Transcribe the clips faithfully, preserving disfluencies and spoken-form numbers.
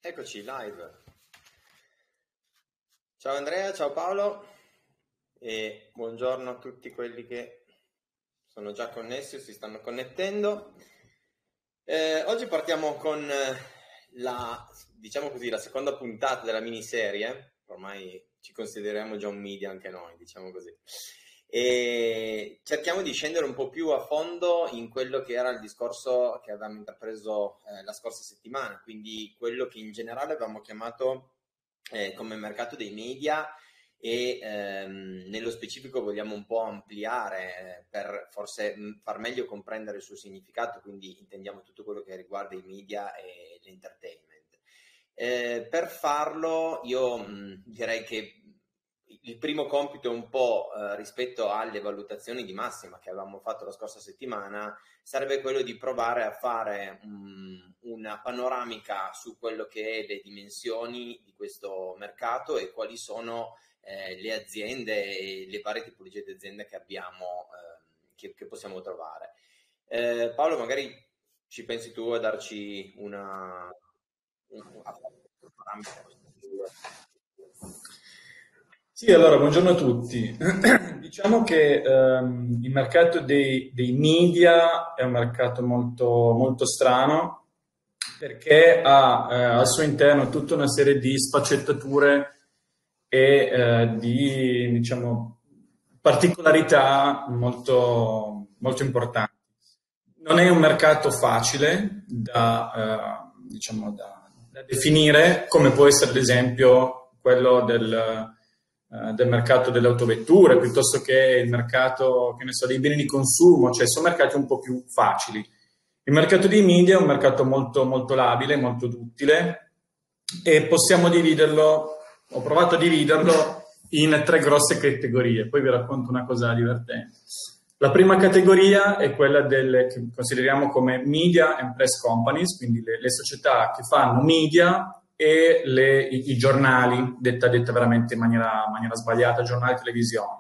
Eccoci live. Ciao Andrea, ciao Paolo e buongiorno a tutti quelli che sono già connessi o si stanno connettendo. Eh, oggi partiamo con la, diciamo così, la seconda puntata della miniserie. Ormai ci consideriamo già un media anche noi, diciamo così. E cerchiamo di scendere un po' più a fondo in quello che era il discorso che avevamo intrapreso eh, la scorsa settimana, quindi quello che in generale avevamo chiamato eh, come mercato dei media e ehm, nello specifico vogliamo un po' ampliare eh, per forse mh, far meglio comprendere il suo significato, quindi intendiamo tutto quello che riguarda i media e l'entertainment. Eh, per farlo io mh, direi che il primo compito è un po' eh, rispetto alle valutazioni di massima che avevamo fatto la scorsa settimana, sarebbe quello di provare a fare um, una panoramica su quello che è le dimensioni di questo mercato e quali sono eh, le aziende e le varie tipologie di aziende che abbiamo, eh, che, che possiamo trovare. Eh, Paolo, magari ci pensi tu a darci una, una, una panoramica. Sì, allora, buongiorno a tutti. Diciamo che ehm, il mercato dei, dei media è un mercato molto, molto strano perché ha eh, al suo interno tutta una serie di sfaccettature e eh, di, diciamo, particolarità molto, molto importanti. Non è un mercato facile da, eh, diciamo, da, da definire, come può essere ad esempio quello del del mercato delle autovetture, piuttosto che il mercato, che ne so, dei beni di consumo, cioè sono mercati un po' più facili. Il mercato dei media è un mercato molto, molto labile, molto duttile e possiamo dividerlo, ho provato a dividerlo in tre grosse categorie, poi vi racconto una cosa divertente. La prima categoria è quella delle che consideriamo come media and press companies, quindi le, le società che fanno media e le, i, i giornali, detta, detta veramente in maniera, maniera sbagliata, giornali e televisioni.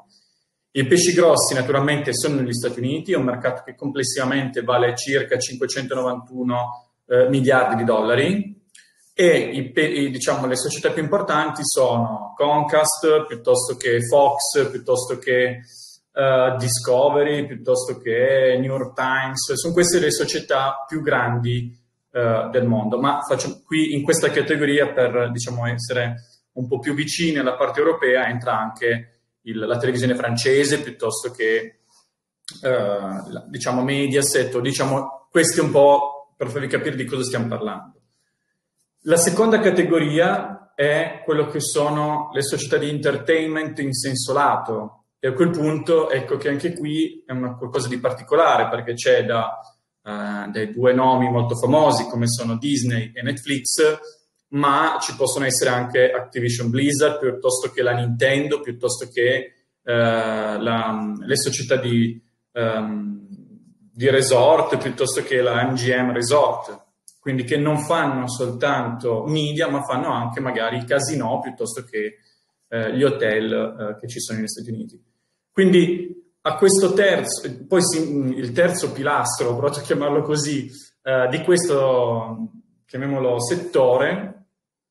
I pesci grossi naturalmente sono negli Stati Uniti, è un mercato che complessivamente vale circa cinquecentonovantuno eh, miliardi di dollari e i, i, diciamo, le società più importanti sono Comcast, piuttosto che Fox, piuttosto che uh, Discovery, piuttosto che New York Times, sono queste le società più grandi Uh, del mondo, ma faccio qui in questa categoria, per diciamo essere un po' più vicini alla parte europea, entra anche il, la televisione francese, piuttosto che uh, la, diciamo Mediaset, o diciamo questi un po' per farvi capire di cosa stiamo parlando. La seconda categoria è quello che sono le società di entertainment in senso lato, e a quel punto ecco che anche qui è una qualcosa di particolare, perché c'è da Uh, dei due nomi molto famosi come sono Disney e Netflix, ma ci possono essere anche Activision Blizzard, piuttosto che la Nintendo, piuttosto che uh, la, le società di, um, di resort, piuttosto che la M G M Resort, quindi che non fanno soltanto media, ma fanno anche magari i casinò, piuttosto che uh, gli hotel uh, che ci sono negli Stati Uniti. Quindi a questo terzo, poi il terzo pilastro, ho provato a chiamarlo così, eh, di questo, chiamiamolo settore,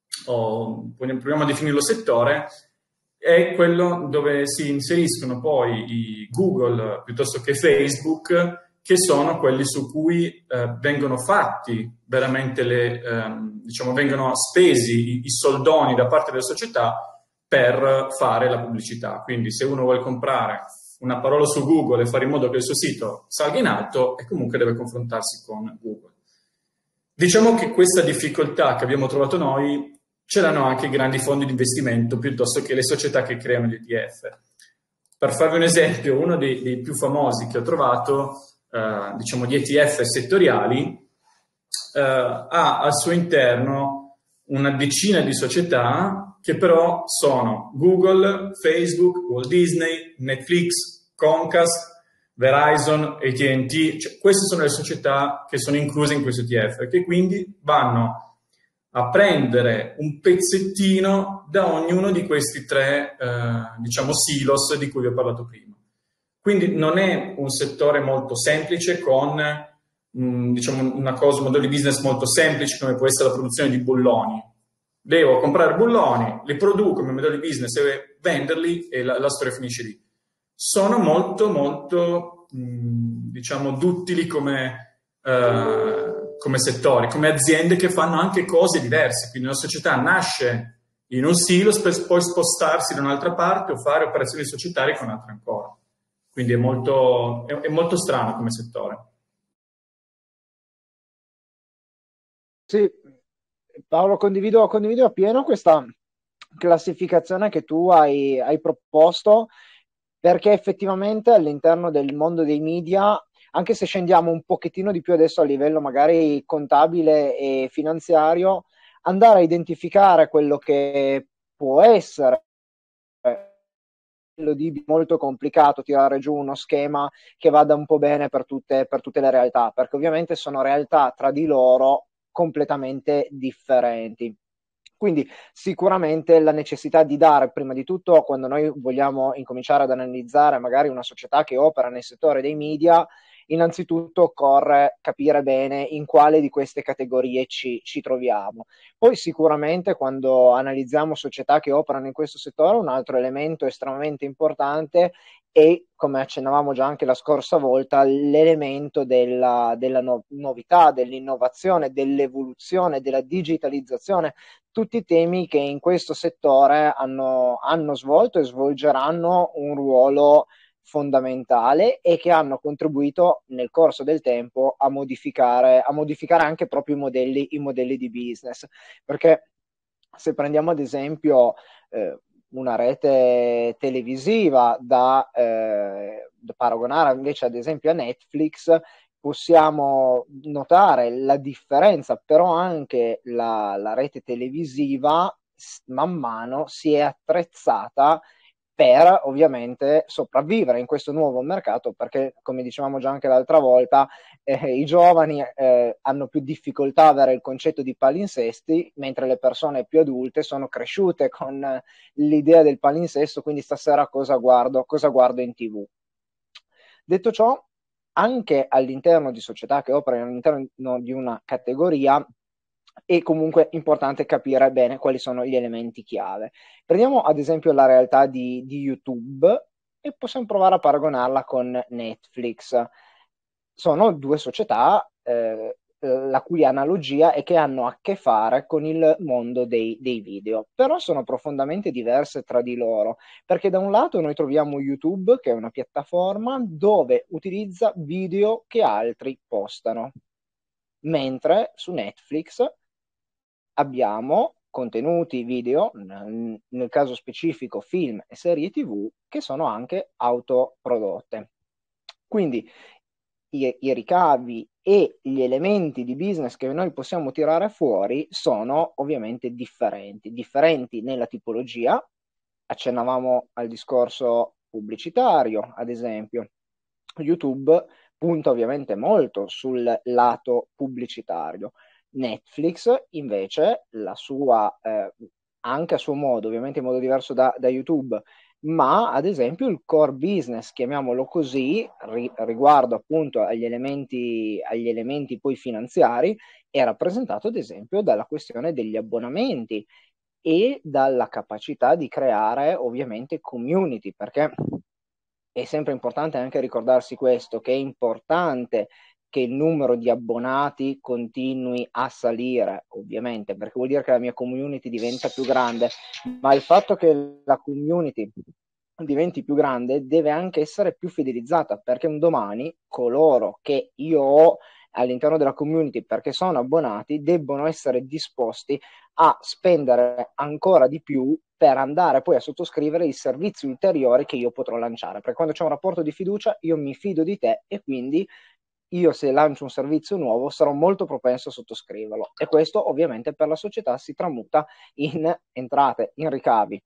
o proviamo a definirlo settore, è quello dove si inseriscono poi i Google piuttosto che Facebook, che sono quelli su cui eh, vengono fatti veramente le, ehm, diciamo, vengono spesi i, i soldoni da parte delle società per fare la pubblicità. Quindi se uno vuole comprare una parola su Google e fare in modo che il suo sito salga in alto, e comunque deve confrontarsi con Google. Diciamo che questa difficoltà che abbiamo trovato noi ce l'hanno anche i grandi fondi di investimento, piuttosto che le società che creano gli E T F. Per farvi un esempio, uno dei, dei più famosi che ho trovato, eh, diciamo di E T F settoriali, eh, ha al suo interno una decina di società che però sono Google, Facebook, Walt Disney, Netflix, Comcast, Verizon, A T and T. Cioè, queste sono le società che sono incluse in questo E T F, che quindi vanno a prendere un pezzettino da ognuno di questi tre, eh, diciamo, silos di cui vi ho parlato prima. Quindi non è un settore molto semplice con, mh, diciamo, una cosa, un modello di business molto semplice come può essere la produzione di bulloni. devo comprare bulloni, li produco, il mio modello di business e venderli e la, la storia finisce lì. Sono molto, molto, mh, diciamo, duttili come, uh, come settori, come aziende che fanno anche cose diverse. Quindi una società nasce in un silo per poi spostarsi da un'altra parte o fare operazioni societarie con un'altra ancora. Quindi è molto, è, è molto strano come settore. Sì, Paolo, condivido, condivido appieno questa classificazione che tu hai, hai proposto, perché effettivamente all'interno del mondo dei media, anche se scendiamo un pochettino di più adesso a livello magari contabile e finanziario, andare a identificare quello che può essere di molto complicato tirare giù uno schema che vada un po' bene per tutte, per tutte le realtà, perché ovviamente sono realtà tra di loro completamente differenti. Quindi sicuramente la necessità di dare, prima di tutto, quando noi vogliamo incominciare ad analizzare magari una società che opera nel settore dei media, innanzitutto occorre capire bene in quale di queste categorie ci, ci troviamo. Poi sicuramente quando analizziamo società che operano in questo settore, un altro elemento estremamente importante è, come accennavamo già anche la scorsa volta, l'elemento della, della no- novità, dell'innovazione, dell'evoluzione, della digitalizzazione, tutti temi che in questo settore hanno, hanno svolto e svolgeranno un ruolo fondamentale e che hanno contribuito nel corso del tempo a modificare, a modificare anche proprio i modelli, i modelli di business. Perché se prendiamo ad esempio eh, una rete televisiva da, eh, da paragonare invece ad esempio a Netflix, possiamo notare la differenza, però anche la, la rete televisiva man mano si è attrezzata per ovviamente sopravvivere in questo nuovo mercato, perché come dicevamo già anche l'altra volta, eh, i giovani eh, hanno più difficoltà a avere il concetto di palinsesti, mentre le persone più adulte sono cresciute con eh, l'idea del palinsesto, quindi stasera cosa guardo, cosa guardo in tivù. Detto ciò, anche all'interno di società che operano all'interno di una categoria, è comunque importante capire bene quali sono gli elementi chiave. Prendiamo ad esempio la realtà di, di YouTube e possiamo provare a paragonarla con Netflix. Sono due società eh, la cui analogia è che hanno a che fare con il mondo dei, dei video, però sono profondamente diverse tra di loro, perché da un lato noi troviamo YouTube, che è una piattaforma dove utilizza video che altri postano, mentre su Netflix abbiamo contenuti video, nel caso specifico film e serie tivù, che sono anche autoprodotte. Quindi i, i ricavi e gli elementi di business che noi possiamo tirare fuori sono ovviamente differenti, differenti nella tipologia. Accennavamo al discorso pubblicitario, ad esempio. YouTube punta ovviamente molto sul lato pubblicitario. Netflix invece la sua, eh, anche a suo modo, ovviamente in modo diverso da, da YouTube, ma ad esempio il core business, chiamiamolo così, ri- riguardo appunto agli elementi, agli elementi poi finanziari, è rappresentato ad esempio dalla questione degli abbonamenti e dalla capacità di creare ovviamente community, perché è sempre importante anche ricordarsi questo, che è importante che il numero di abbonati continui a salire, ovviamente, perché vuol dire che la mia community diventa più grande, ma il fatto che la community diventi più grande deve anche essere più fidelizzata, perché un domani coloro che io ho all'interno della community perché sono abbonati debbono essere disposti a spendere ancora di più per andare poi a sottoscrivere i servizi ulteriori che io potrò lanciare, perché quando c'è un rapporto di fiducia io mi fido di te e quindi io se lancio un servizio nuovo sarò molto propenso a sottoscriverlo, e questo ovviamente per la società si tramuta in entrate, in ricavi.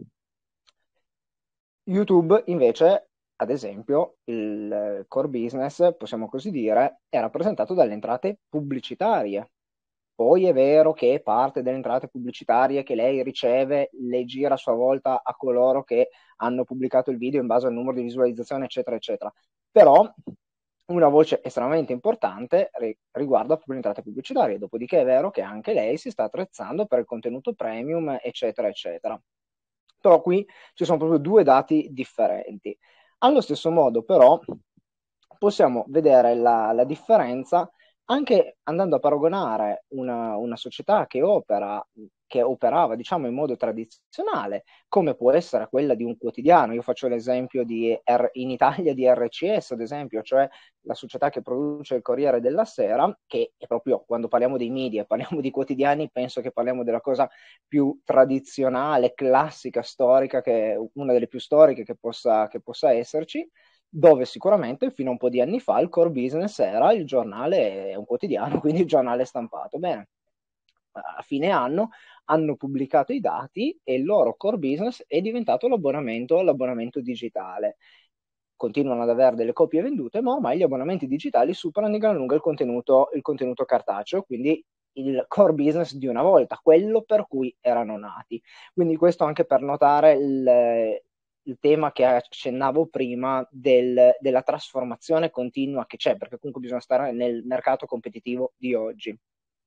YouTube invece, ad esempio, il core business, possiamo così dire, è rappresentato dalle entrate pubblicitarie. Poi è vero che parte delle entrate pubblicitarie che lei riceve le gira a sua volta a coloro che hanno pubblicato il video in base al numero di visualizzazioni, eccetera, eccetera. Però una voce estremamente importante ri- riguarda proprio le entrate pubblicitarie, dopodiché è vero che anche lei si sta attrezzando per il contenuto premium, eccetera, eccetera. Però qui ci sono proprio due dati differenti. Allo stesso modo, però, possiamo vedere la, la differenza anche andando a paragonare una, una società che opera, che operava, diciamo, in modo tradizionale, come può essere quella di un quotidiano. Io faccio l'esempio di R- in Italia di R C S, ad esempio, cioè la società che produce il Corriere della Sera, che è proprio, quando parliamo dei media, parliamo di quotidiani, penso che parliamo della cosa più tradizionale, classica, storica, che è una delle più storiche che possa, che possa esserci, dove sicuramente fino a un po' di anni fa il core business era il giornale, è un quotidiano, quindi il giornale stampato. Bene, a fine anno hanno pubblicato i dati e il loro core business è diventato l'abbonamento, l'abbonamento digitale. Continuano ad avere delle copie vendute, ma ormai gli abbonamenti digitali superano di gran lunga il contenuto, il contenuto cartaceo, quindi il core business di una volta, quello per cui erano nati. Quindi questo anche per notare il, il tema che accennavo prima del, della trasformazione continua che c'è, perché comunque bisogna stare nel mercato competitivo di oggi.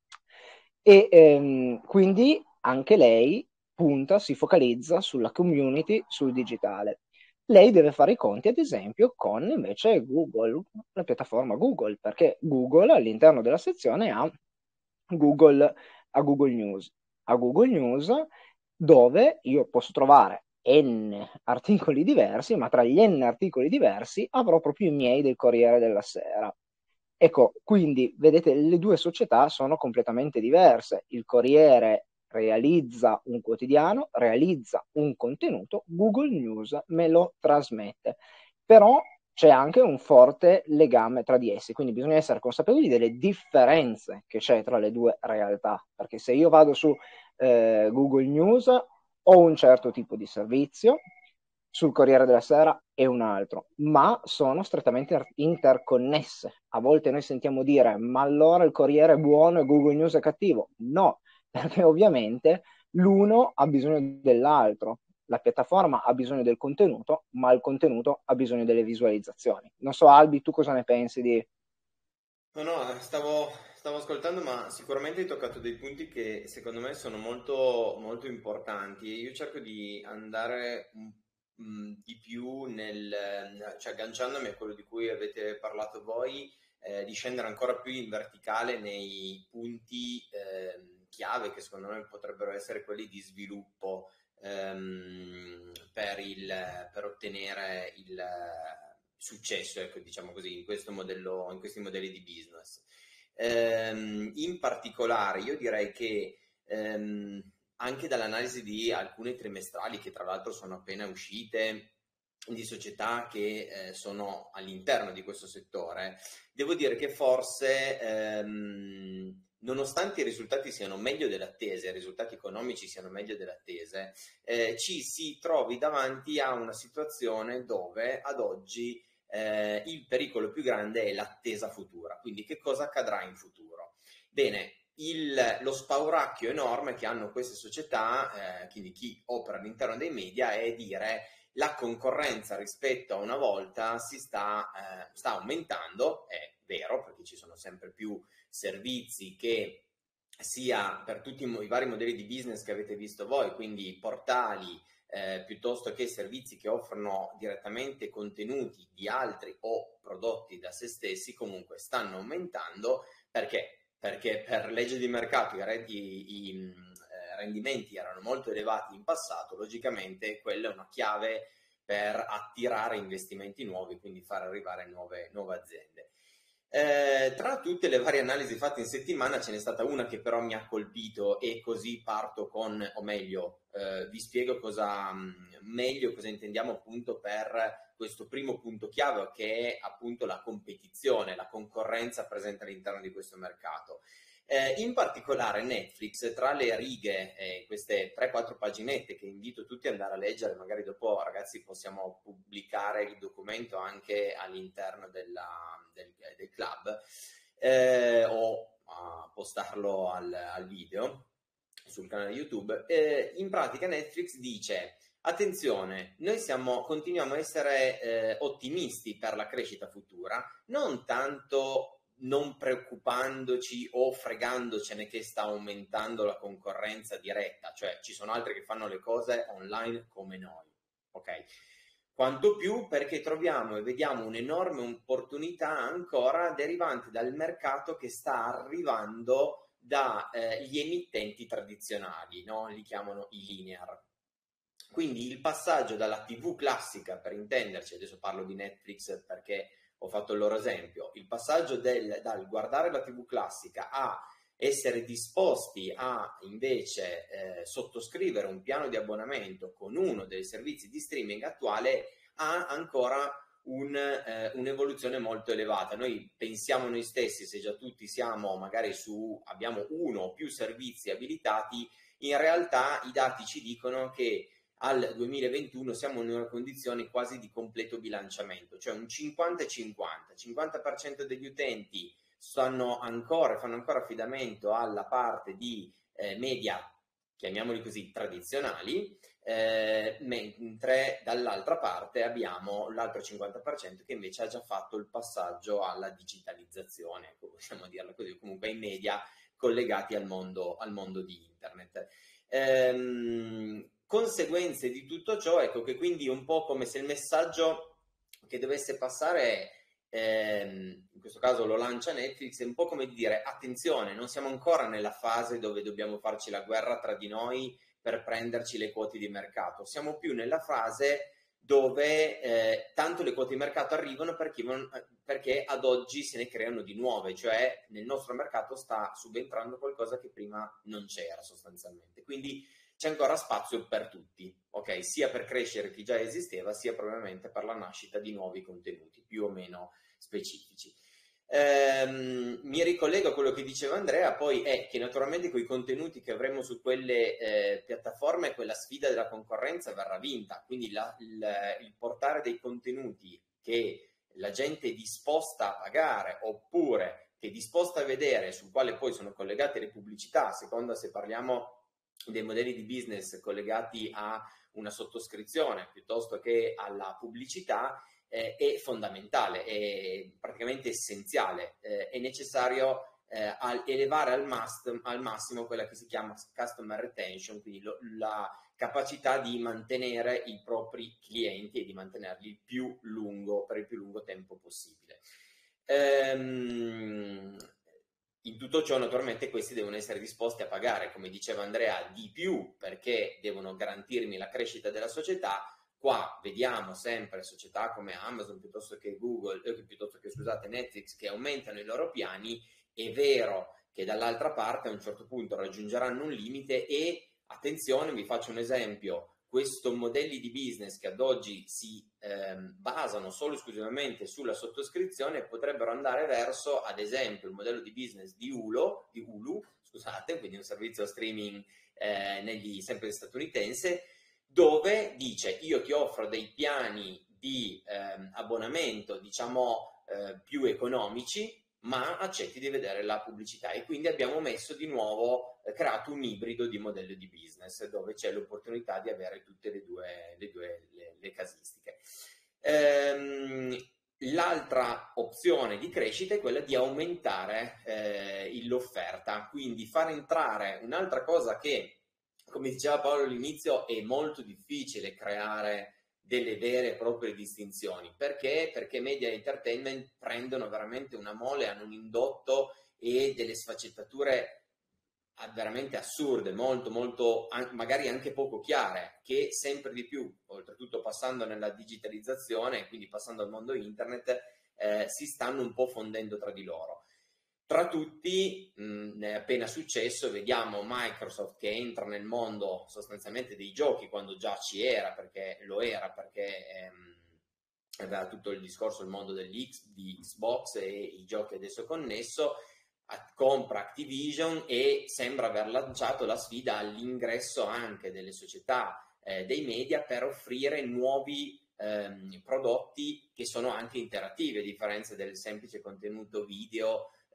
E ehm, quindi anche lei punta, si focalizza sulla community, sul digitale. Lei deve fare i conti, ad esempio, con invece Google, la piattaforma Google, perché Google all'interno della sezione ha Google, ha Google News. A Google News dove io posso trovare N articoli diversi, ma tra gli N articoli diversi avrò proprio i miei del Corriere della Sera. Ecco, quindi vedete, le due società sono completamente diverse. Il Corriere realizza un quotidiano, realizza un contenuto, Google News me lo trasmette. Però c'è anche un forte legame tra di essi, quindi bisogna essere consapevoli delle differenze che c'è tra le due realtà, perché se io vado su eh, Google News ho un certo tipo di servizio, sul Corriere della Sera è un altro, ma sono strettamente interconnesse. A volte noi sentiamo dire, ma allora il Corriere è buono e Google News è cattivo. No, perché ovviamente l'uno ha bisogno dell'altro. La piattaforma ha bisogno del contenuto, ma il contenuto ha bisogno delle visualizzazioni. Non so, Albi, tu cosa ne pensi di... No, no, stavo, stavo ascoltando, ma sicuramente hai toccato dei punti che secondo me sono molto, molto importanti. Io cerco di andare un- mh, di più nel, cioè agganciandomi a quello di cui avete parlato voi, eh, di scendere ancora più in verticale nei punti ehm, chiave che secondo me potrebbero essere quelli di sviluppo ehm, per il, per ottenere il successo, ecco, diciamo così, in questo modello, in questi modelli di business. Ehm, in particolare, io direi che ehm, anche dall'analisi di alcune trimestrali, che tra l'altro sono appena uscite, di società che eh, sono all'interno di questo settore, devo dire che forse ehm, nonostante i risultati siano meglio delle attese, i risultati economici siano meglio delle attese, eh, ci si trovi davanti a una situazione dove ad oggi eh, il pericolo più grande è l'attesa futura. Quindi che cosa accadrà in futuro? Bene, il, lo spauracchio enorme che hanno queste società, eh, quindi chi opera all'interno dei media, è dire la concorrenza rispetto a una volta si sta, eh, sta aumentando, è vero, perché ci sono sempre più servizi che sia per tutti i, i vari modelli di business che avete visto voi, quindi portali, eh, piuttosto che servizi che offrono direttamente contenuti di altri o prodotti da se stessi, comunque stanno aumentando. Perché? Perché per legge di mercato i, i, i eh, rendimenti erano molto elevati in passato, logicamente quella è una chiave per attirare investimenti nuovi, quindi far arrivare nuove, nuove aziende. Eh, tra tutte le varie analisi fatte in settimana ce n'è stata una che però mi ha colpito e così parto con, o meglio, eh, vi spiego cosa mh, meglio cosa intendiamo appunto per questo primo punto chiave, che è appunto la competizione, la concorrenza presente all'interno di questo mercato. Eh, in particolare Netflix, tra le righe, eh, queste tre quattro paginette che invito tutti ad andare a leggere, magari dopo ragazzi possiamo pubblicare il documento anche all'interno della, del, del club, eh, o a postarlo al, al video sul canale YouTube, eh, in pratica Netflix dice: attenzione, noi siamo, continuiamo a essere eh, ottimisti per la crescita futura, non tanto non preoccupandoci o fregandocene che sta aumentando la concorrenza diretta, cioè ci sono altri che fanno le cose online come noi, ok? Quanto più perché troviamo e vediamo un'enorme opportunità ancora derivante dal mercato che sta arrivando dagli eh, emittenti tradizionali, no? Li chiamano i linear. Quindi il passaggio dalla tivù classica, per intenderci, adesso parlo di Netflix perché ho fatto il loro esempio, il passaggio del, dal guardare la tivù classica a essere disposti a invece eh, sottoscrivere un piano di abbonamento con uno dei servizi di streaming attuale ha ancora un, eh, un'evoluzione molto elevata. Noi pensiamo noi stessi, se già tutti siamo magari su, abbiamo uno o più servizi abilitati, in realtà i dati ci dicono che al duemilaventuno siamo in una condizione quasi di completo bilanciamento, cioè un cinquanta e cinquanta, cinquanta per cento degli utenti stanno ancora, fanno ancora affidamento alla parte di eh, media, chiamiamoli così, tradizionali, eh, mentre dall'altra parte abbiamo l'altro cinquanta per cento che invece ha già fatto il passaggio alla digitalizzazione, possiamo dirlo così, comunque ai media collegati al mondo, al mondo di internet. Ehm, conseguenze di tutto ciò, ecco che quindi un po' come se il messaggio che dovesse passare è Ehm, in questo caso lo lancia Netflix, è un po' come dire attenzione, non siamo ancora nella fase dove dobbiamo farci la guerra tra di noi per prenderci le quote di mercato, siamo più nella fase dove eh, tanto le quote di mercato arrivano perché, perché ad oggi se ne creano di nuove, cioè nel nostro mercato sta subentrando qualcosa che prima non c'era sostanzialmente, quindi c'è ancora spazio per tutti, ok? Sia per crescere chi già esisteva, sia probabilmente per la nascita di nuovi contenuti, più o meno specifici. Ehm, mi ricollego a quello che diceva Andrea, poi è che naturalmente con i contenuti che avremo su quelle eh, piattaforme, quella sfida della concorrenza verrà vinta, quindi la, il, il portare dei contenuti che la gente è disposta a pagare, oppure che è disposta a vedere, sul quale poi sono collegate le pubblicità, a seconda se parliamo dei modelli di business collegati a una sottoscrizione piuttosto che alla pubblicità, eh, è fondamentale, è praticamente essenziale, eh, è necessario eh, al elevare al, must, al massimo quella che si chiama customer retention, quindi lo, la capacità di mantenere i propri clienti e di mantenerli il più lungo, per il più lungo tempo possibile. Ehm, In tutto ciò naturalmente questi devono essere disposti a pagare, come diceva Andrea, di più perché devono garantirmi la crescita della società. Qua vediamo sempre società come Amazon piuttosto che Google, eh, piuttosto che scusate Netflix, che aumentano i loro piani. È vero che dall'altra parte a un certo punto raggiungeranno un limite e, attenzione, vi faccio un esempio, questi modelli di business che ad oggi si ehm, basano solo e esclusivamente sulla sottoscrizione potrebbero andare verso, ad esempio, il modello di business di Hulu, di Hulu scusate, quindi un servizio streaming eh, negli, sempre statunitense, dove dice io ti offro dei piani di ehm, abbonamento, diciamo, eh, più economici, ma accetti di vedere la pubblicità, e quindi abbiamo messo di nuovo, eh, creato un ibrido di modello di business dove c'è l'opportunità di avere tutte le due le, due, le, le casistiche. Ehm, l'altra opzione di crescita è quella di aumentare eh, l'offerta, quindi far entrare un'altra cosa che, come diceva Paolo all'inizio, è molto difficile creare delle vere e proprie distinzioni. Perché? Perché media e entertainment prendono veramente una mole, hanno un indotto e delle sfaccettature veramente assurde, molto molto magari anche poco chiare, che sempre di più, oltretutto passando nella digitalizzazione, quindi passando al mondo internet, eh, si stanno un po' fondendo tra di loro. Tra tutti, mh, è appena successo, vediamo Microsoft che entra nel mondo sostanzialmente dei giochi, quando già ci era, perché lo era, perché ehm, aveva tutto il discorso, il mondo dell'X, di Xbox e i giochi adesso connesso, a, compra Activision e sembra aver lanciato la sfida all'ingresso anche delle società eh, dei media per offrire nuovi ehm, prodotti che sono anche interattivi, a differenza del semplice contenuto video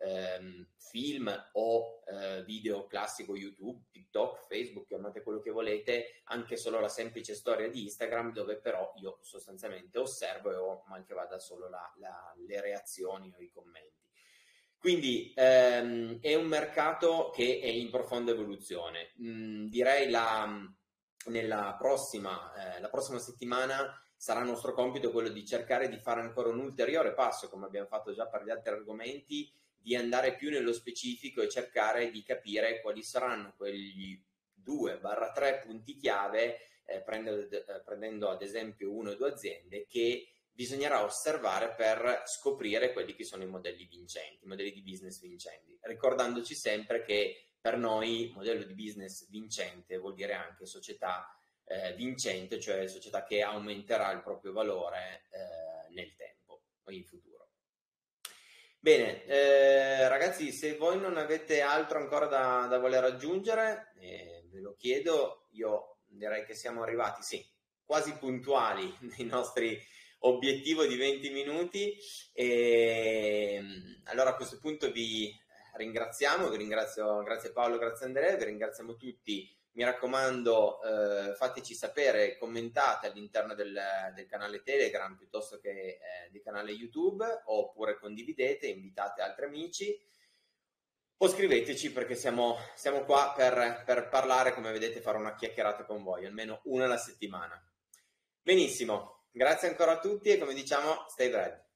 ehm, film o eh, video classico YouTube, TikTok, Facebook, chiamate quello che volete, anche solo la semplice storia di Instagram, dove però io sostanzialmente osservo e ho mal che vada solo la, la, le reazioni o i commenti. Quindi ehm, è un mercato che è in profonda evoluzione. Mm, direi la, nella prossima, eh, la prossima settimana sarà nostro compito quello di cercare di fare ancora un ulteriore passo, come abbiamo fatto già per gli altri argomenti, di andare più nello specifico e cercare di capire quali saranno quegli due tre punti chiave, eh, prendendo, eh, prendendo ad esempio una o due aziende, che bisognerà osservare per scoprire quelli che sono i modelli vincenti, i modelli di business vincenti, ricordandoci sempre che per noi modello di business vincente vuol dire anche società eh, vincente, cioè società che aumenterà il proprio valore eh, nel tempo o in futuro. Bene, eh, ragazzi, se voi non avete altro ancora da, da voler aggiungere, eh, ve lo chiedo. Io direi che siamo arrivati, sì, quasi puntuali nei nostri obiettivo di venti minuti, e allora a questo punto vi ringraziamo, vi ringrazio, grazie Paolo, grazie Andrea, vi ringraziamo tutti. Mi raccomando, eh, fateci sapere, commentate all'interno del, del canale Telegram piuttosto che eh, del canale YouTube, oppure condividete, invitate altri amici o scriveteci, perché siamo, siamo qua per, per parlare, come vedete, fare una chiacchierata con voi, almeno una alla settimana. Benissimo. Grazie ancora a tutti e come diciamo, stay bread.